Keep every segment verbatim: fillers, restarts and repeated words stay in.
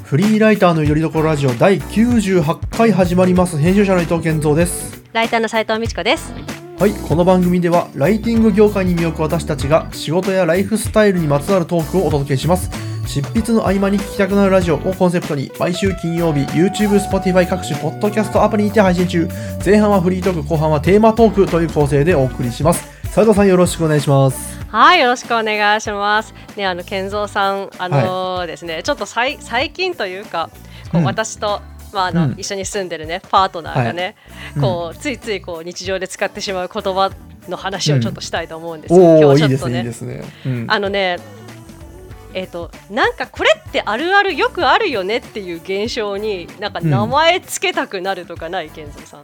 フリーライターのよりどころラジオだいきゅうじゅうはちかい始まります。編集者の伊藤健三です。 ライターの斉藤美智子です。 はい、この番組ではライティング業界に身を置く私たちが仕事やライフスタイルにまつわるトークをお届けします。執筆の合間に聞きたくなるラジオをコンセプトに毎週金曜日 YouTube、Spotify 各種ポッドキャストアプリにて配信中。前半はフリートーク、後半はテーマトークという構成でお送りします。斉藤さん、よろしくお願いします。 はい、よろしくお願いしますね。あの健三さん、あのーはい、ですね、ちょっとさい最近というかこう、うん、私と、まああのうん、一緒に住んでるねパートナーがね、はい、こうついついこう日常で使ってしまう言葉の話をちょっとしたいと思うんですよ、うん、今日はちょっとね、いいですね、いいですね、うん、あのねえーと、なんかこれってあるあるよくあるよねっていう現象になんか名前つけたくなるとかない、うん、健三さん。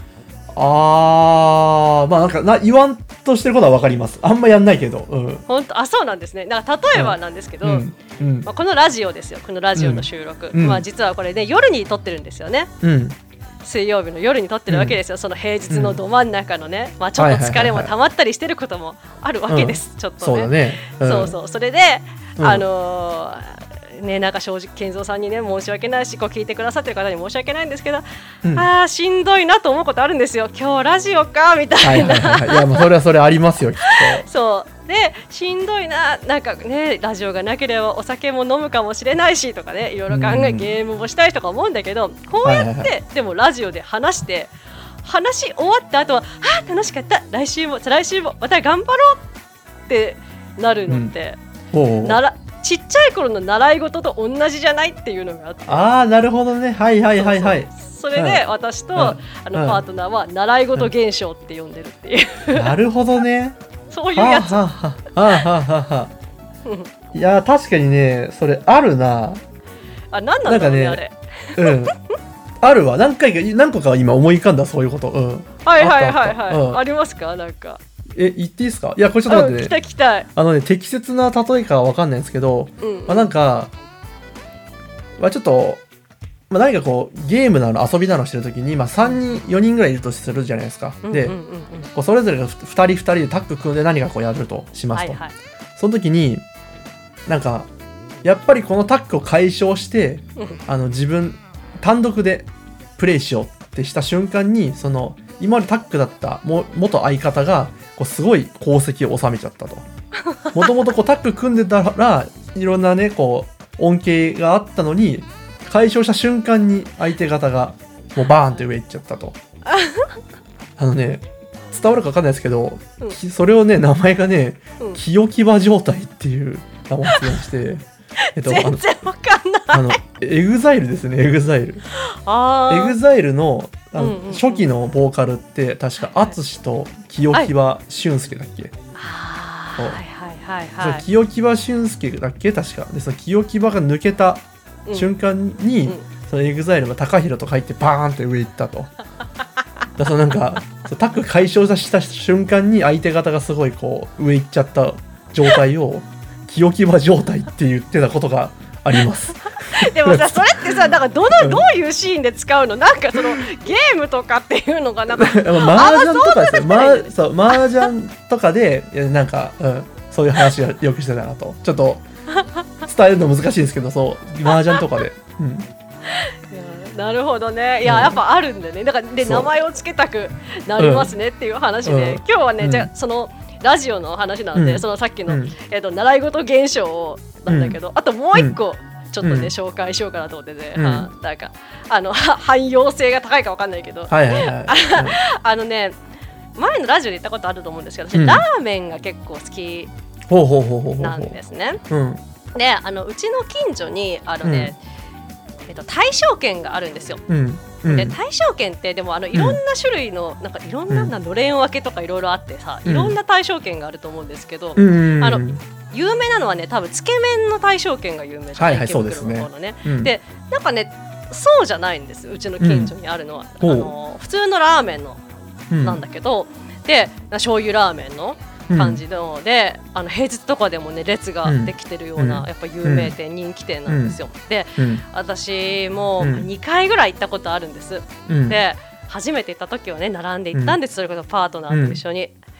あー、まあなんかな言わんとしてることは分かります。あんまやんないけど、うん、 本当、あ、そうなんですね。だから例えばなんですけど、うんうんまあ、このラジオですよ、このラジオの収録、うんまあ、実はこれね夜に撮ってるんですよね、うん、水曜日の夜に撮ってるわけですよ、うん、その平日のど真ん中のね、まあ、ちょっと疲れも溜まったりしてることもあるわけです、うん、ちょっとね、そうだね、うん、そうそう、それで、うん、あのーね、なんか正直健三さんにね申し訳ないし、こう聞いてくださってる方に申し訳ないんですけど、うん、あーしんどいなと思うことあるんですよ。今日ラジオかみたいな、はいはいはい、いやもうそれはそれありますよきっと。そうで、しんどいな、なんかねラジオがなければお酒も飲むかもしれないしとかね、いろいろ考え、うん、ゲームもしたいとか思うんだけど、こうやって、はいはいはい、でもラジオで話して話終わった後はあー楽しかった、来週も再来週もまた頑張ろうってなるのって、うん、おうおうならちっちゃい頃の習い事と同じじゃないっていうのがあって、 あーなるほどね、はいはいはいはい、 そうそう、それで私と、うん、あの、うん、パートナーは習い事現象って呼んでるっていう、 うん、なるほどねそういうやつ。はあはあはあはあはあいや確かにねそれあるなあ、なんなんだろうね、ねあれ、 うん、あるわ、何回か何個か今思い浮かんだ、そういうこと、うん、 はいはいはいはい、あ, あ,、うん、ありますか、なんかえ、言っていいですか？いや、これちょっと待ってね。 聞きたい聞きたい。 あのね、適切な例えかは分かんないんですけど、うんうん、まあ、なんか、まあ、ちょっと、まあ、何かこう、ゲームなの遊びなのしてるときに、まあ、さんにん、よにんぐらいいるとするじゃないですか。で、こうそれぞれがふたりふたりでタッグ組んで何かこうやるとしますと。はいはい、その時に、なんか、やっぱりこのタッグを解消して、あの自分、単独でプレイしようってした瞬間に、その、今までタッグだったも元相方がこうすごい功績を収めちゃったと。もともとタッグ組んでたらいろんなねこう恩恵があったのに、解消した瞬間に相手方がもうバーンって上行っちゃったと。あのね伝わるか分かんないですけど、うん、それをね名前がね、うん、清木場状態っていう名前を付けまして。 えっと、全然わかんない。 あのエグザイルですね、エグザイル。あエグザイルの、あの、うんうんうん、初期のボーカルって確か淳と清木場俊介だっけ、はい、はいはいはいはい、清木場俊介だっけ確かで、その清木場が抜けた瞬間に、うんうん、そのエグザイルが高弘と入ってバーンって上行ったと。だそのなんかタッグ解消した瞬間に相手方がすごいこう上行っちゃった状態を清木場状態って言ってたことがあります。 でもさ、それってさ、なんかどのどういうシーンで使うの？なんかそのゲームとかっていうのがなんか麻雀とかですよ。麻そう麻雀とかでなんか、うん、そういう話をよくしてたなと。ちょっと伝えるの難しいですけど、そう麻雀とかで。うん、いやなるほどね。いや、うん、やっぱあるんだね。だからで名前をつけたくなりますねっていう話で、うん、今日はね、うん、じゃあそのラジオの話なんで、うん、そのさっきの、うんえー、と習い事現象なんだけど、うん、あともう一個、うん、ちょっとね、うん、紹介しようかなと思ってね、うん、はなんかあの汎用性が高いか分かんないけど、はいはいはい、あのね前のラジオで言ったことあると思うんですけど、私、うん、ラーメンが結構好きなんですね。で、あのうちの近所にあのね、うんえー、と大正軒があるんですよ。うんで大正軒ってでもあのいろんな種類の、うん、なんかいろんな、うん、のれん分けとかいろいろあってさ、いろんな大正軒があると思うんですけど、うん、あの有名なのはね多分つけ麺の大正軒が有名じゃない、はいはい、池袋の方のね、そうですね、うん、でなんかねそうじゃないんです、うちの近所にあるのは、うん、あの普通のラーメンの、うん、なんだけど、で醤油ラーメンの感じので、うん、あの平日とかでもね列ができてるような、うん、やっぱ有名店、うん、人気店なんですよ。で、うん、私もにかいぐらい行ったことあるんです、うん、で初めて行った時はね並んで行ったんです、それこそパートナーと一緒に、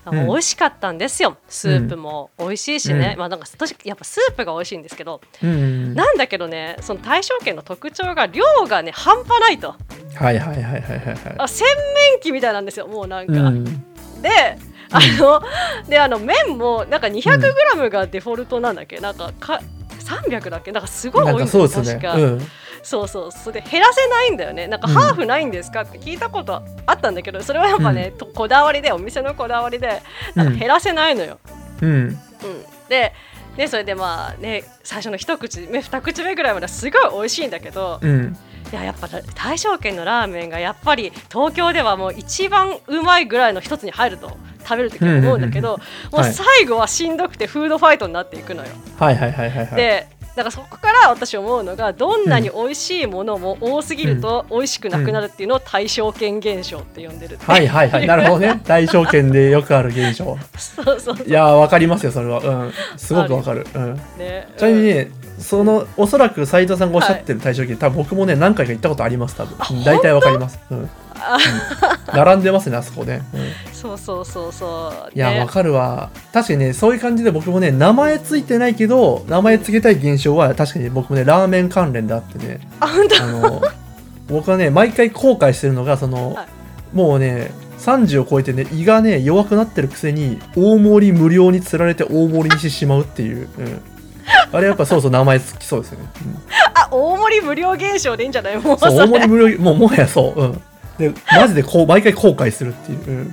美味しかったんですよ。スープも美味しいしね、うんまあ、なんかやっぱスープが美味しいんですけど、うん、なんだけどねその大正軒の特徴が量がね半端ないと。 はいはいはいはいはい、 あ洗面器みたいなんですよもうなんか、うん、であの、うん、であの麺もなんか にひゃくグラム がデフォルトなんだっけ、なんかかさんびゃくだっけなんかすごい多いんですよ、確か、うん、そうそうそれで減らせないんだよね。なんかハーフないんですかって聞いたことあったんだけど、それはやっぱね、うん、こだわりでお店のこだわりでなんか減らせないのよ、うんうん、で, でそれでまあね最初の一口目二口目ぐらいまですごい美味しいんだけど、うん、いややっぱ大正軒のラーメンがやっぱり東京ではもう一番うまいぐらいの一つに入ると食べるときは思うんだけど、もう最後はしんどくてフードファイトになっていくのよ。 はいはいはいはい、はい、 でだからそこから私思うのがどんなに美味しいものも多すぎると美味しくなくなるっていうのを大正軒現象って呼んでるって、 はいはいはいなるほどね大正軒でよくある現象そうそうそう、 いやわかりますよそれは、うん、すごくわかる、うんね、ちなみにね、うん、そのおそらく斉藤さんがおっしゃってる大正軒、はい、多分僕もね何回か行ったことあります多分大体わかります、うんうん、並んでますねあそこね、うん、 そうそうそうそう、ね、 いやわかるわ。確かにねそういう感じで僕もね名前ついてないけど名前つけたい現象は確かに僕もねラーメン関連であってね、 あ本当あの僕はね毎回後悔してるのがその、はい、もうねさんじゅうを超えてね胃がね弱くなってるくせに大盛り無料に釣られて大盛りにしてしまうっていう、うん、あれやっぱそうそう名前つきそうですよね、うん、 あ大盛り無料現象でいいんじゃないもうそう大盛り無料もうもはやそう、うんでマジでこう毎回後悔するっていう、うんうん、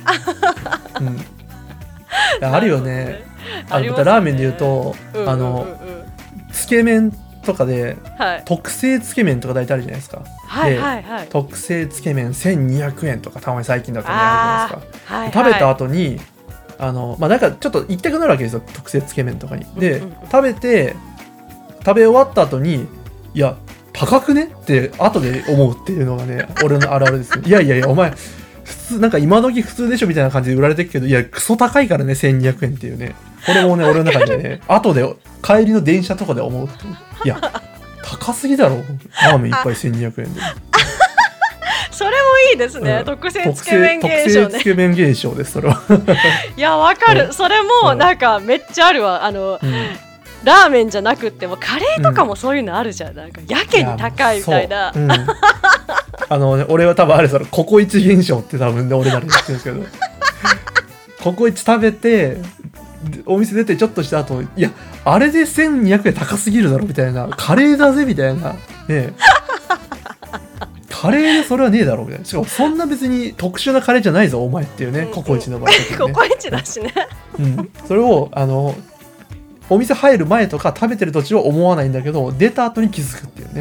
あるよね。あの、ね、ラーメンで言うと、うんうんうんうん、あのつけ麺とかで、はい、特製つけ麺とか大体あるじゃないですか、 はいはいはい、 特製つけ麺せんにひゃくえんとかたまに最近だとねあるじゃないですか、はいはい、食べた後にあの、まあ、なんかちょっと行きたくなるわけですよ特製つけ麺とかにで、うんうんうん、食べて食べ終わった後にいや高くねって後で思うっていうのがね俺のあるあるですね。いやいやいやお前普通なんか今時普通でしょみたいな感じで売られてるけどいやクソ高いからねせんにひゃくえんっていうねこれもね俺の中でね後で帰りの電車とかで思うっていや高すぎだろラーメン一杯せんにひゃくえんでそれもいいですね、うん、特製つけ麺現象ね。 特製つけ麺現象ですそれはいやわかる、うん、それもなんかめっちゃあるわあの、うんラーメンじゃなくってもカレーとかもそういうのあるじゃん、うん、なんかやけに高いみたいな、うん、あの、ね、俺は多分あれそのココイチ現象って多分ね俺なりに言ってるんですけどココイチ食べてお店出てちょっとした後いやあれでせんにひゃくえん高すぎるだろみたいなカレーだぜみたいなねカレーでそれはねえだろみたいなしかもそんな別に特殊なカレーじゃないぞお前っていうね、うん、ココイチの場合、ね、 ココイチだしね、 うん、それをあのお店入る前とか食べてる途中は思わないんだけど出た後に気づくっていうね、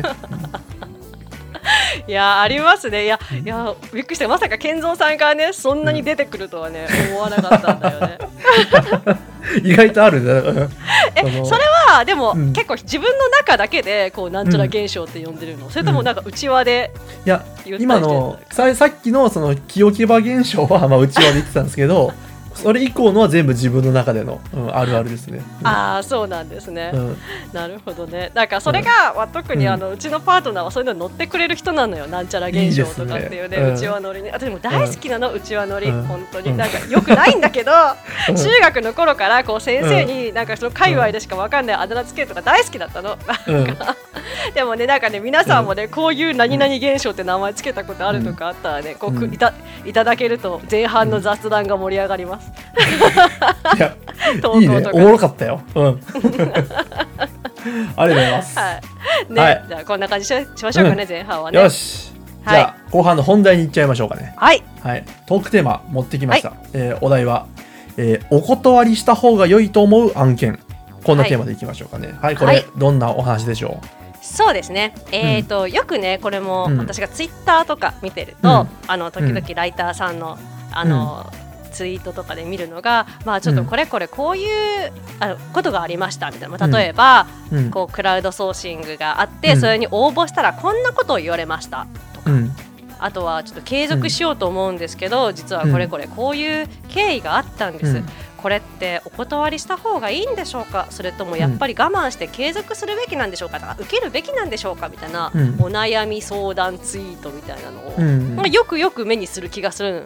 うん、いやありますね。いや、いやびっくりしたまさか健三さんからねそんなに出てくるとはね、うん、思わなかったんだよね意外とあるんだえそれはでも、うん、結構自分の中だけでこうなんちゃら現象って呼んでるの、うん、それともなんか内輪で言ったりしてるの、いや今の さ, さっきのその清木場現象はまあ内輪で言ってたんですけどそれ以降のは全部自分の中での、うん、あるあるですね、 うん、ああそうなんですね、うん、なるほどね。なんかそれが、うん、特にあのうちのパートナーはそういうの乗ってくれる人なのよ、なんちゃら現象とかっていうね、うちわ乗りに私も大好きなの、うちわ乗り、うん、本当になんかよくないんだけど、うん、中学の頃からこう先生になんかその界隈でしか分かんないあだ名つけるとか大好きだったの、なんかでもねなんかね皆さんもねこういう何々現象って名前つけたことあるとかあったらねこういた、いただけると前半の雑談が盛り上がります。 いやいいねおもろかったよ、うん、ありがとうございます、 はいねはい、じゃあこんな感じしましょうかね、うん、前半はね。 よしじゃあ、はい、後半の本題に行っちゃいましょうかね。 はい、 はい、トークテーマ持ってきました、はいえー、お題は、えー、お断りした方が良いと思う案件こんなテーマでいきましょうかね。はい、はい、これ、はい、どんなお話でしょう。 そうですね、えーとうん、よくねこれも私がツイッターとか見てると、うん、あの時々ライターさんの、あの、うん、ツイートとかで見るのが、まあ、ちょっとこれこれこういう、うん、あのことがありましたみたいな、例えば、うん、こうクラウドソーシングがあって、うん、それに応募したらこんなことを言われましたとか、うん、あとはちょっと継続しようと思うんですけど、うん、実はこれこれこういう経緯があったんです、うん、これってお断りした方がいいんでしょうか、それともやっぱり我慢して継続するべきなんでしょうかとか、受けるべきなんでしょうかみたいな、うん、お悩み相談ツイートみたいなのを、うん、よくよく目にする気がするん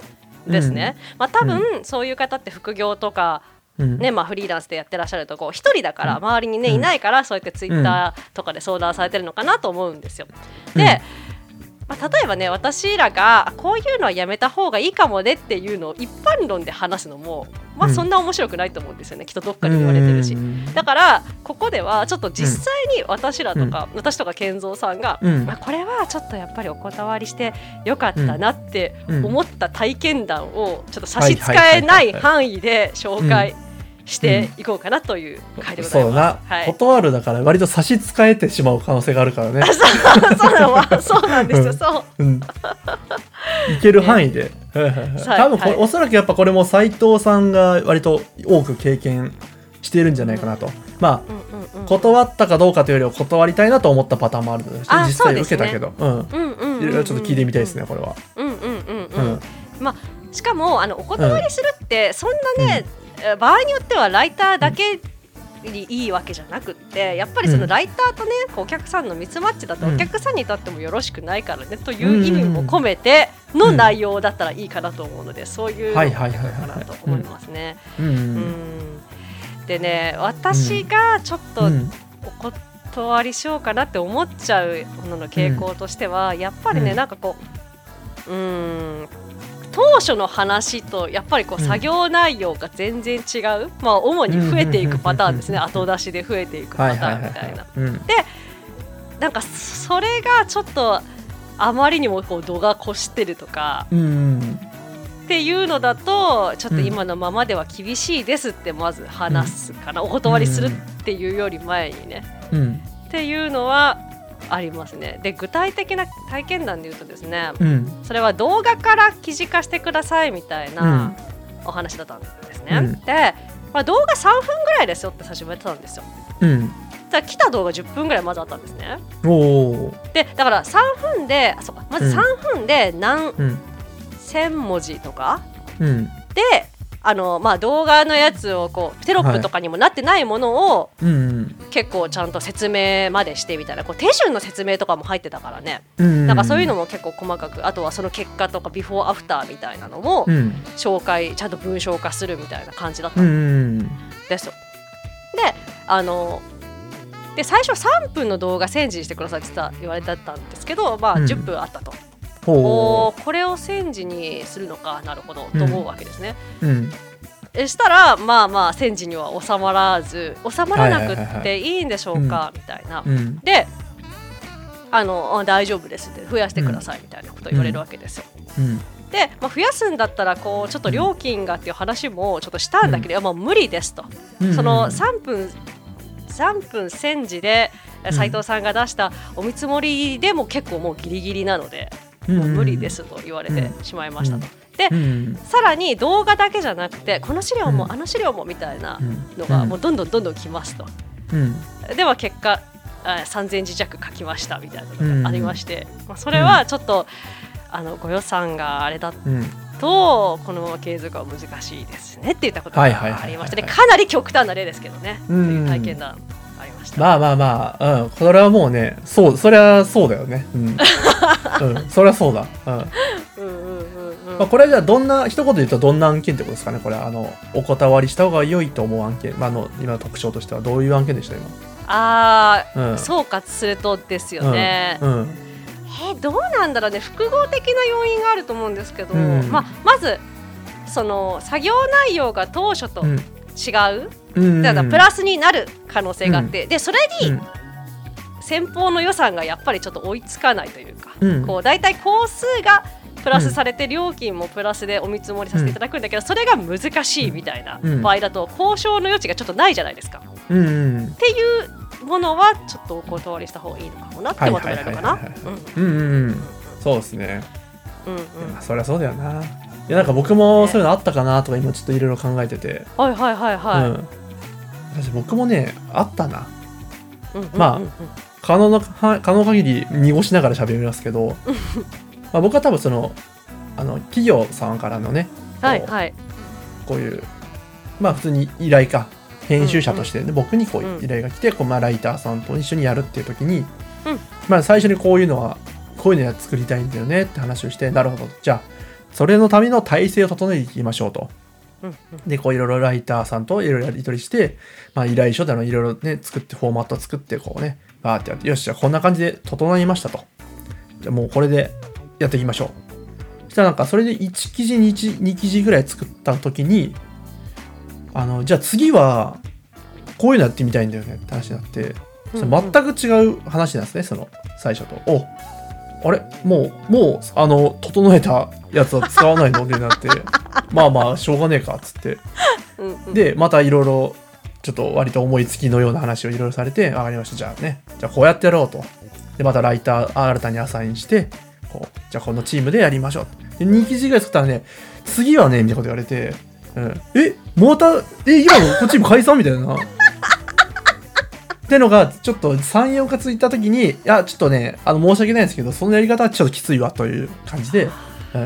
ですね、うんまあ、多分そういう方って副業とか、うんねまあ、フリーランスでやってらっしゃるとこう一人だから周りに、ねうん、いないからそうやってツイッターとかで相談されてるのかなと思うんですよ。で、うんまあ、例えばね私らがこういうのはやめた方がいいかもねっていうのを一般論で話すのも、まあ、そんな面白くないと思うんですよね、うん、きっとどっかで言われてるし、だからここではちょっと実際に私らとか、うん、私とか健三さんが、うんまあ、これはちょっとやっぱりお断りしてよかったなって思った体験談をちょっと差し支えない範囲で紹介していこうかなという回でございます、うん、そうな、 はい、断るだから割と差し支えてしまう可能性があるからねそうそうなんですよ、うん、そう、うん、 いける範囲で、ね、多分これ、はい、おそらくやっぱこれも斉藤さんが割と多く経験しているんじゃないかなと、うん、まあ、うんうんうん、断ったかどうかというよりは断りたいなと思ったパターンもあるので実際受けたけど、うん、いろいろちょっと聞いてみたいですね、これは。 うんうんうんうん、うん、まあしかもあのお断りするってそんなね、うん、場合によってはライターだけにいいわけじゃなくってやっぱりそのライターとね、うん、お客さんのミスマッチだとお客さんにとってもよろしくないからね、うん、という意味も込めての内容だったらいいかなと思うので、うん、そういうのかなと思いますね。でね私がちょっとお断りしようかなって思っちゃうものの傾向としては、うん、やっぱりね、うん、なんかこううーん当初の話とやっぱりこう作業内容が全然違う、うんまあ、主に増えていくパターンですね、後出しで増えていくパターンみたいな。でなんかそれがちょっとあまりにもこう度が越してるとか、うん、っていうのだとちょっと今のままでは厳しいですってまず話すかな、うん、お断りするっていうより前にね、うん、っていうのはありますね。で具体的な体験談で言うとですね、うん、それは動画から記事化してくださいみたいなお話だったんですね、うん、で、まあ、動画さんぷんぐらいですよって最初言われてたんですよ、うん、じゃあ来た動画じゅっぷんぐらいまずあったんですね。おでだからさんぷんであそうかまずさんぷんで何千文字とか、うん、であのまあ、動画のやつをこうテロップとかにもなってないものを、はいうん、結構ちゃんと説明までしてみたいなこう手順の説明とかも入ってたからね、うん、なんかそういうのも結構細かくあとはその結果とかビフォーアフターみたいなのも紹介ちゃんと文章化するみたいな感じだったんですよ。であので最初さんぷんの動画宣示してくださいって言われてたんですけど、まあ、じゅっぷんあったと、うんおこれを戦時にするのかなるほどと思うわけですね、うん、えしたらまあまあ戦時には収まらず収まらなくっていいんでしょうかみたいな、うん、であの大丈夫ですって増やしてくださいみたいなことを言われるわけですよ、うん、で、まあ、増やすんだったらこうちょっと料金がっていう話もちょっとしたんだけど、うん、もう無理ですと、うん、そのさんぷんさんぷん戦時で斉藤さんが出したお見積もりでも結構もうギリギリなのでもう無理ですと言われてしまいましたと、で、うん、さらに動画だけじゃなくてこの資料も、うん、あの資料もみたいなのがもうどんどんどんどん来ますと、うん、では結果さんぜんじ弱書きましたみたいなのがありまして、うんまあ、それはちょっと、うん、あのご予算があれだとこのまま継続は難しいですねって言ったことがありまして、かなり極端な例ですけどね、うん、という体験談ありました。 まあまあまあ、うん、それはもうねそうそれはそうだよね、うんうん、それはそうだ、うんうんうんうんうんまあ、これはじゃあどんな一言で言うとどんな案件ってことですかね。これはあのお断りした方が良いと思う案件、まあ、あの今の特徴としてはどういう案件でした今。 あー、うん、総括するとですよね、うんうん、えどうなんだろうね複合的な要因があると思うんですけど、うんまあ、まずその作業内容が当初と違う、うん、だからプラスになる可能性があって、うん、でそれに、うん先方の予算がやっぱりちょっと追いつかないというか、うん、こうだいたい工数がプラスされて料金もプラスでお見積もりさせていただくんだけど、うん、それが難しいみたいな場合だと交渉の余地がちょっとないじゃないですか、うんうん、っていうものはちょっとお断りした方がいいのかもなってまとめられるかな。 そうですね、うんうん、そりゃそうだよな。いやなんか僕もそういうのあったかなとか今ちょっといろいろ考えてて、 はいはいはいはい、うん、 私僕もねあったな、うんうんうんうん、まあ可能な可能限り濁しながら喋りますけどまあ僕は多分そのあの企業さんからのね、はいはい、こういうまあ普通に依頼か編集者として、ねうんうん、僕にこういう依頼が来て、こうまあライターさんと一緒にやるっていう時に、うんまあ、最初にこういうのはこういうのは作りたいんだよねって話をして、なるほどじゃあそれのための体制を整えていきましょうと。でこういろいろライターさんといろいろやり取りして、まあ、依頼書でのいろいろね作ってフォーマット作ってこうねバーってやってよしじゃあこんな感じで整いましたと。じゃあもうこれでやっていきましょう。そしたらなんかそれでいち記事 2, に記事ぐらい作った時にあのじゃあ次はこういうのやってみたいんだよねって話になって、それ全く違う話なんですねその最初と。おあれもうもうあの整えたやつは使わないのってなってまあまあしょうがねえかっつってうん、うん、でまたいろいろちょっと割と思いつきのような話をいろいろされて分かりましたじゃあねじゃあこうやってやろうと。でまたライター新たにアサインしてこうじゃあこのチームでやりましょう。でに記事ぐらい作ったらね次はねみたいなこと言われて、うん、えまたえ今のこっちも解散みたいなってのがちょっとさん、よんか続いた時にいやちょっとねあの申し訳ないんですけどそのやり方はちょっときついわという感じで、うん、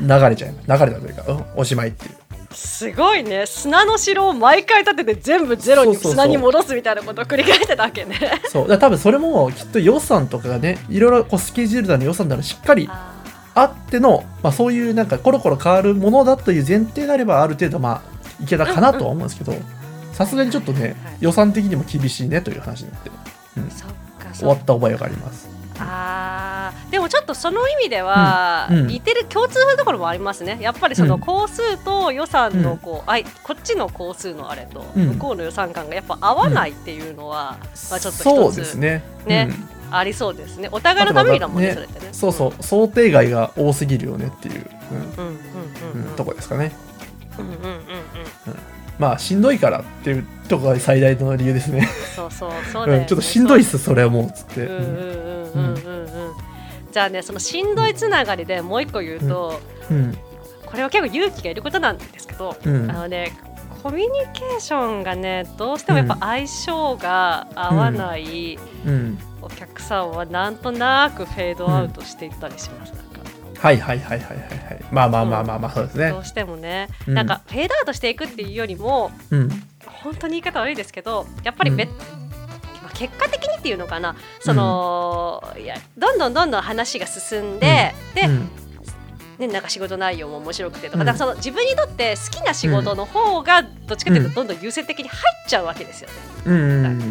流れちゃいます流れたというか、うん、おしまいっていう。 すごいね砂の城を毎回立てて全部ゼロに砂に戻すみたいなことを繰り返してたわけね。 そうだ多分それもきっと予算とかがねいろいろこうスケジュールだの予算だのしっかりあっての、まあ、そういうなんかコロコロ変わるものだという前提があればある程度まあいけたかなとは思うんですけど、さすがにちょっとね、はいはい、予算的にも厳しいねという話になって、うん、そっかそっか終わった覚えがあります。 あでもちょっとその意味では似てる、うん、共通するところもありますね。やっぱりその工数と予算のこう、うん、あいこっちの工数のあれと向こうの予算感がやっぱ合わないっていうのは、うんまあ、ちょっと一つそうですね、 ねうん、ありそうですね。お互いのためにだもんね、それってね。 そうそう、想定外が多すぎるよねっていうとこですかね。うんうんうんうん、うんまあしんどいからっていうところが最大の理由ですね。そうそうそうだよね、うん、ちょっとしんどいっすそれはもうつって。うんうんうんうんうん。 じゃあねそのしんどいつながりでもう一個言うと、うんうん、これは結構勇気がいることなんですけど、うん、あのねコミュニケーションがねどうしてもやっぱ相性が合わないお客さんはなんとなくフェードアウトしていったりします。なんかはいはいはいはいはいまあまあまあまあまあそうですね。 どうしてもね、うん、なんかフェードアウトしていくっていうよりも、うん、本当に言い方悪いですけどやっぱりべ、うん、結果的にっていうのかなその、うん、いやどんどんどんどん話が進んで、うん、で、うんね、なんか仕事内容も面白くてとか、うん、だからその自分にとって好きな仕事の方がどっちかというとどんどん優先的に入っちゃうわけですよね、うん、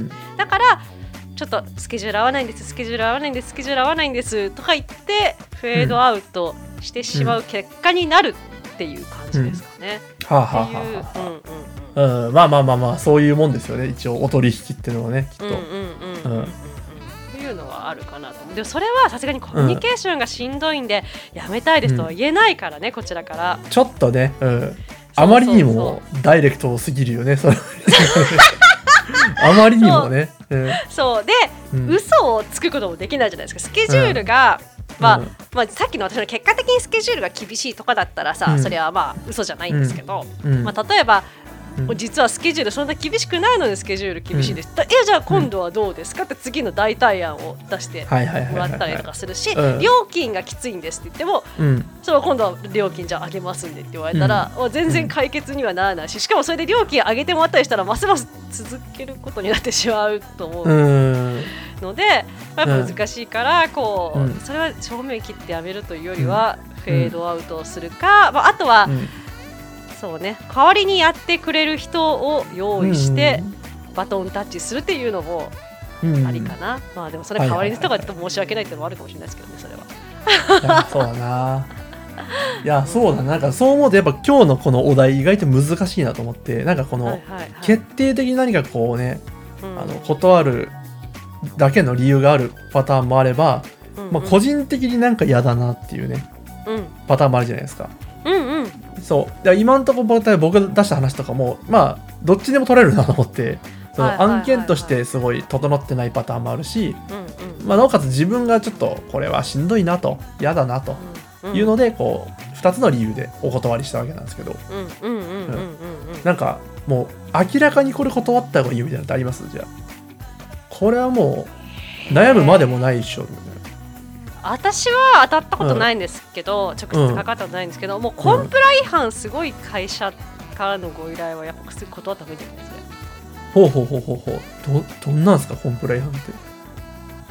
だからちょっとスケジュール合わないんですスケジュール合わないんですスケジュール合わないんですとか言ってフェードアウトしてしまう結果になるっていう感じですかね。 はあはあはあ、うんうん、まあまあまあまあそういうもんですよね一応お取引っていうのはねきっと。 っていうのはあるかなと思う。でもそれはさすがにコミュニケーションがしんどいんでやめたいですとは言えないからね、うん、こちらからちょっとね、うん、あまりにもダイレクトすぎるよねそれあまりにもねそう、うん、そうで、うん、嘘をつくこともできないじゃないですか。スケジュールが、うんまあまあ、さっきの私の結果的にスケジュールが厳しいとかだったらさ、うん、それはまあ嘘じゃないんですけど、うんまあ、例えばうん、実はスケジュールそんな厳しくないのにスケジュール厳しいです、うん、えじゃあ今度はどうですかって次の代替案を出してもらったりとかするし、料金がきついんですって言っても、うん、それは今度は料金じゃあ上げますんでって言われたら、うん、全然解決にはならないし、しかもそれで料金上げてもらったりしたらますます続けることになってしまうと思うので、やっぱ難しいからこう、うん、それは正面切ってやめるというよりはフェードアウトをするか、まあ、あとは、うんそうね、代わりにやってくれる人を用意してバトンタッチするっていうのもありかな、うん、まあでもそれ代わりの人がちょっと申し訳ないっていうのもあるかもしれないですけどねそれは。 そうだないやそうだなんかそう思うとやっぱ今日のこのお題意外と難しいなと思ってなんかこの決定的に何かこうね、はいはいはい、あの断るだけの理由があるパターンもあれば、うんうんまあ、個人的になんか嫌だなっていうね、うん、パターンもあるじゃないですか。うんうんそうで今のところ僕が出した話とかもまあどっちでも取れるなと思ってその案件としてすごい整ってないパターンもあるし、まあ、なおかつ自分がちょっとこれはしんどいなと嫌だなというのでこうふたつの理由でお断りしたわけなんですけどなんかもう明らかにこれ断った方がいいみたいなのってあります？じゃあこれはもう悩むまでもないでしょ。 私は当たったことないんですけど、うん、直接かかったことないんですけど、もうコンプラ違反すごい会社からのご依頼はやっぱすぐ断った方がいいんですね。 ほうほうほうほうほう ど, どんなんですかコンプラ違反って。 えなんか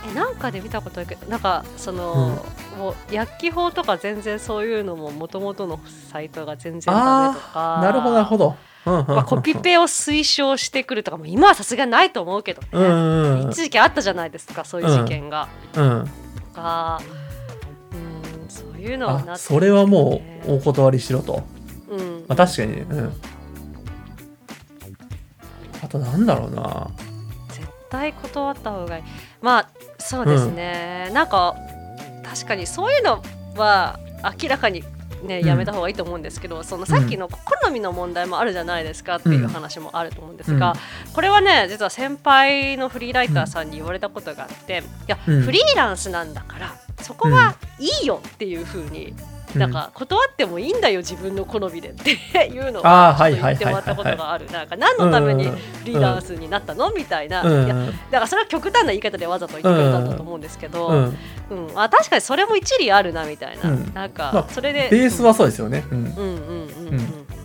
かで見たことあるけど、なんかその、うん、もう薬機法とか全然そういうのも元々のサイトが全然ダメとか、 なるほどなるほど、 まあ、コピペを推奨してくるとかも今はさすがにないと思うけどね、うんうん、一時期あったじゃないですか、そういう事件が、うんうん、とか、うん、そういうのはなって、ね、 それはもうお断りしろと、うんまあ、確かにね、うん、あとなんだろうな、 絶対断った方がいい。まあそうですね、うん、なんか確かにそういうのは明らかにね、やめた方がいいと思うんですけど、うん、そのさっきの好みの問題もあるじゃないですかっていう話もあると思うんですが、うん、これはね実は先輩のフリーライターさんに言われたことがあって、いや、うん、フリーランスなんだからそこはいいよっていう風に、うん、なんか断ってもいいんだよ自分の好みでっていうのを言ってもらったことがある。なんか何のためにフリーランスになったのみたいな、うん、いやだからそれは極端な言い方でわざと言ってくれたんだと思うんですけど、うんうんうん、あ確かにそれも一理あるなみたいな、うん、なんか、まあ、それでベースはそうですよね。うんうんうんうんうん、うん、ある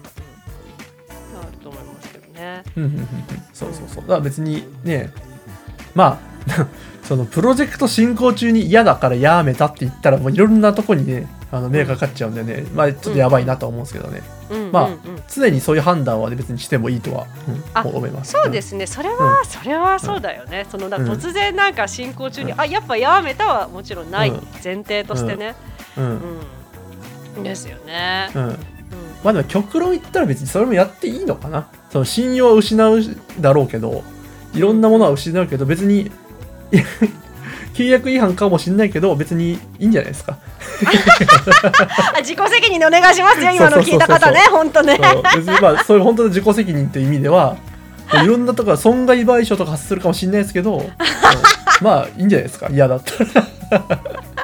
と思いますけどね。 うんうんうん、そうそうそう。だから別にね、まあそのプロジェクト進行中に嫌だからやめたって言ったらもういろんなとこにねあの目がかかっちゃうんでね、まあちょっとやばいなと思うんですけどね、うんうん、まあ、うんうん、常にそういう判断は、ね、別にしてもいいとは、うん、思います。 そうですね、それは、うん、それはそうだよね、うん、その突然なんか進行中に、うん、あやっぱやめたはもちろんない、うん、前提としてね、うんうんうん、ですよね、うんうん、 まあでも極論言ったら別にそれもやっていいのかな。その信用は失うだろうけど、いろんなものは失うけど別に契約違反かもしれないけど別にいいんじゃないですか。 自己責任でお願いしますよ今の聞いた方ね、本当ね。 そう別にまあそういう本当の自己責任という意味ではいろんなところ損害賠償とか発するかもしれないですけどまあいいんじゃないですか、嫌だったら。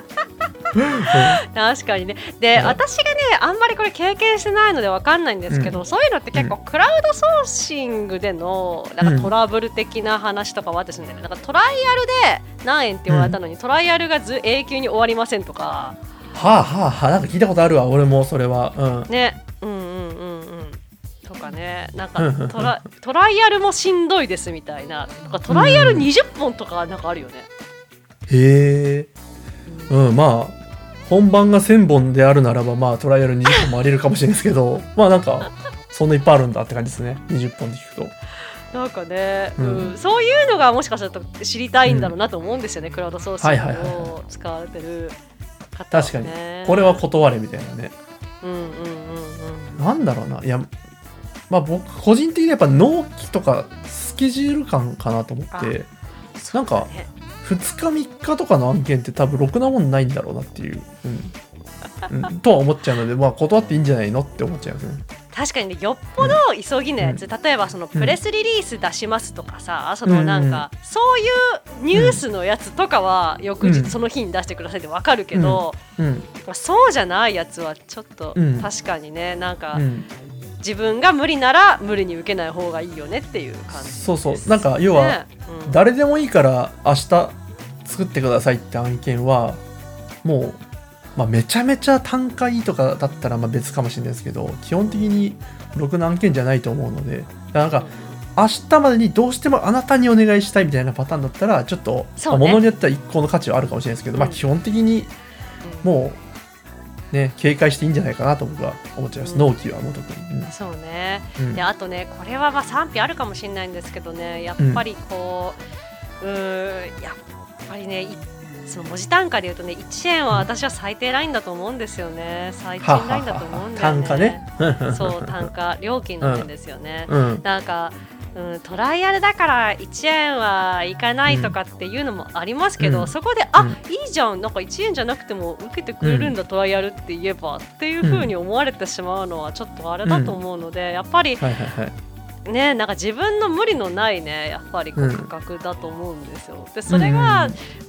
確かにね。で、うん、私がねあんまりこれ経験してないので分かんないんですけど、うん、そういうのって結構クラウドソーシングでのなんかトラブル的な話とかはですね、うん、なんかトライアルで何円って言われたのに、うん、トライアルがず永久に終わりませんとか、 はあはあはあ、なんか聞いたことあるわ俺もそれは、うん、 ね、うんうんうんうんとかね、なんかトラトライアルもしんどいですみたいな、とかトライアルにじゅっぽんとかなんかあるよね、 うん、へえ、うん、まあ本番がせんぼんであるならばまあトライアルにじゅっぽんもありるかもしれないですけどまあなんかそんないっぱいあるんだって感じですね、にじゅっぽんで聞くと。なんかね、うんうん、そういうのがもしかしたら知りたいんだろうなと思うんですよね、うん、クラウドソーシングを使われてる方は、ね、 確かにこれは断れみたいなね、 うんうんうんうん、 なんだろうな、いやまあ僕個人的にやっぱ納期とかスケジュール感かなと思って、ね、なんかふつかみっかとかの案件って多分ろくなもんないんだろうなっていう、うんうん、とは思っちゃうので、まあ断っていいんじゃないのって思っちゃいますね。 確かにね、よっぽど急ぎのやつ、うん、例えばそのプレスリリース出しますとかさ、うん、そのなんか、うん、そういうニュースのやつとかは翌日、うん、その日に出してくださいって分かるけど、うんうんまあ、そうじゃないやつはちょっと確かにね、なんか、うん自分が無理なら無理に受けない方がいいよねっていう感じです、ね、 そうそう、なんか要は、うん、誰でもいいから明日作ってくださいって案件はもう、まあ、めちゃめちゃ単価いいとかだったらまあ別かもしれないですけど、基本的にろくな案件じゃないと思うので、なんか明日までにどうしてもあなたにお願いしたいみたいなパターンだったらちょっと、ねまあ、物によっては一個の価値はあるかもしれないですけど、うんまあ、基本的にもうね、警戒していいんじゃないかなと僕は思っちゃいます、うん、納期はもう特に、うん、 そうね、うん、であとねこれはまあ賛否あるかもしれないんですけどね、やっぱりこう、うん、うーやっぱりねその文字単価でいうとねいちえんは私は最低ラインだと思うんですよね、最低ラインだと思うんだよね、単価ねそう単価料金の点ですよね、うん、なんかうん、トライアルだからいちえんはいかないとかっていうのもありますけど、うん、そこで、うん、あ、いいじゃん、なんかいちえんじゃなくても受けてくれるんだ、うん、トライアルって言えばっていう風に思われてしまうのはちょっとあれだと思うので、うん、やっぱり、はいはいはいね、なんか自分の無理のないねやっぱり価格だと思うんですよ。でそれが、うん、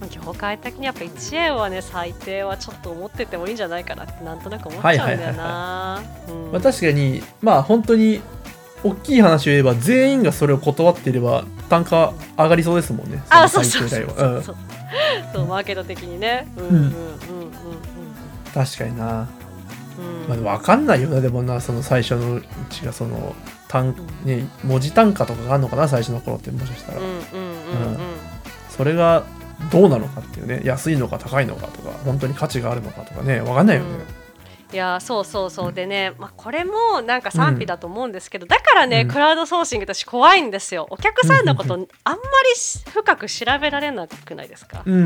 業界的にやっぱいちえんはね最低はちょっと思っててもいいんじゃないかなってなんとなく思っちゃうんだよな。 確かにまあ本当に大きい話を言えば全員がそれを断っていれば単価上がりそうですもんね。 あ、そうそうそうそうそうそうマーケット的にね。うんうんうんうんうん。 確かにな。うん、まあ分かんないよねでもな、その最初のうちがその単、ね、文字単価とかがあるのかな最初の頃って、もしかしたら。うんうんうんうん。それがどうなのかっていうね、安いのか高いのかとか本当に価値があるのかとかね、分かんないよね、 うん、いやそうそうそう、うん、でね、まあ、これもなんか賛否だと思うんですけど、うん、だからね、うん、クラウドソーシング私怖いんですよ。お客さんのことあんまり深く調べられなくないですか？ うん、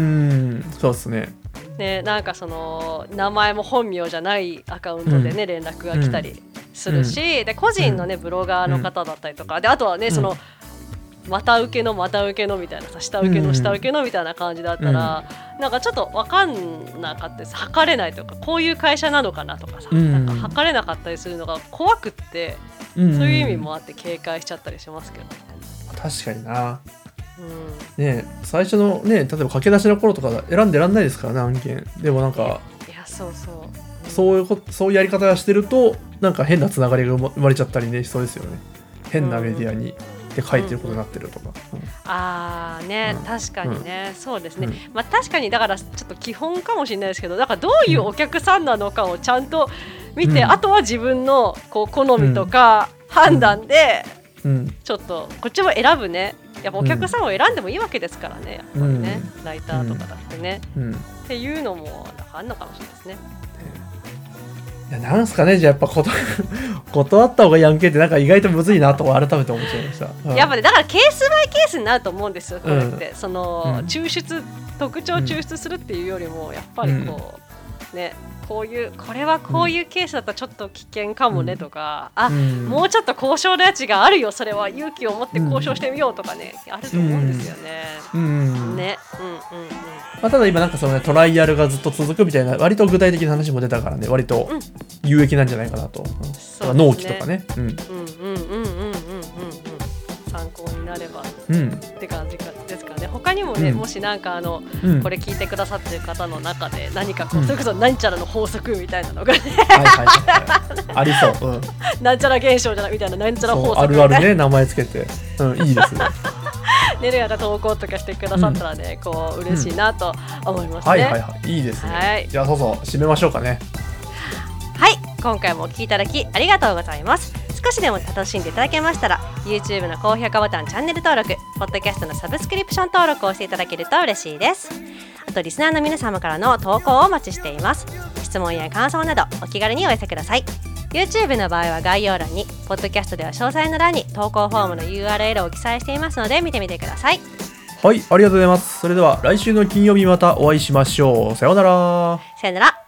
そうですね。 ね、なんかその名前も本名じゃないアカウントでね、うん、連絡が来たりするし、うん、で個人のねブロガーの方だったりとかで、あとはね、うん、そのまた受けのまた受けのみたいなさ、下請けの下請けのみたいな感じだったら、うん、なんかちょっと分かんなかったです。測れないとか、こういう会社なのかなとかさ、うん、なんか測れなかったりするのが怖くって、うん、そういう意味もあって警戒しちゃったりしますけどね。 確かにな、うん、ね、最初のね、例えば駆け出しの頃とか選んでらんないですからね、案件でもなんか、いやそうそう、 うん、そういうこそういうやり方がしてるとなんか変なつながりが生まれちゃったりね、しそうですよね。変なメディアに、うん、で書いてることになってるとか、うんうん、 あーね、うん、確かにね、うん、そうですね、うん、まあ、確かにだからちょっと基本かもしれないですけど、だからどういうお客さんなのかをちゃんと見て、うん、あとは自分のこう好みとか判断でちょっとこっちも選ぶね。やっぱお客さんを選んでもいいわけですからね、やっぱりね、うん、ライターとかだってね、うん、っていうのもあるのかもしれないですね。 いや、なんすかね、じゃあやっぱこと断った方がいい案件ってなんか意外とむずいなと改めて思っちゃいました、うん、 やっぱね、だからケースバイケースになると思うんですよ、これって、うん、その、うん、抽出特徴を抽出するっていうよりもやっぱりこう、うん、ね、こういうこれはこういうケースだったらちょっと危険かもねとか、うん、あ、うん、もうちょっと交渉の余地があるよ、それは勇気を持って交渉してみようとかね、うん、あると思うんですよね、うんうん、ね、うんうんうん、 まあ、ただ今なんかその、ね、トライアルがずっと続くみたいな割と具体的な話も出たからね、割と有益なんじゃないかなと、うん、納期とかね、うん、うんうんうんうんうんうんうん、 参考になれば、うん、って感じですかね。他にもね、うん、もしなんかあの、うん、これ聞いてくださってる方の中で何かこう、うん、それこそなんちゃらの法則みたいなのがね、はいはいはい、ありそう、うん、なんちゃら現象じゃないみたいな、なんちゃら法則、 あるあるね、名前つけて、うん、いいですね。 ねるやが投稿とかしてくださったらね、うん、こう嬉しいなと思いますね、 はいはいはい、いいですね、はい、じゃあそうそう締めましょうかね。 はい、今回もお聞きいただきありがとうございます。少しでも楽しんでいただけましたら YouTube の高評価ボタン、チャンネル登録、ポッドキャストのサブスクリプション登録をしていただけると嬉しいです。あとリスナーの皆様からの投稿をお待ちしています。質問や感想などお気軽にお寄せください。 YouTube の場合は概要欄に、ポッドキャストでは詳細の欄に投稿フォームの ユーアールエル を記載していますので見てみてください。 はい、ありがとうございます。それでは来週の金曜日またお会いしましょう。さようなら。 さようなら。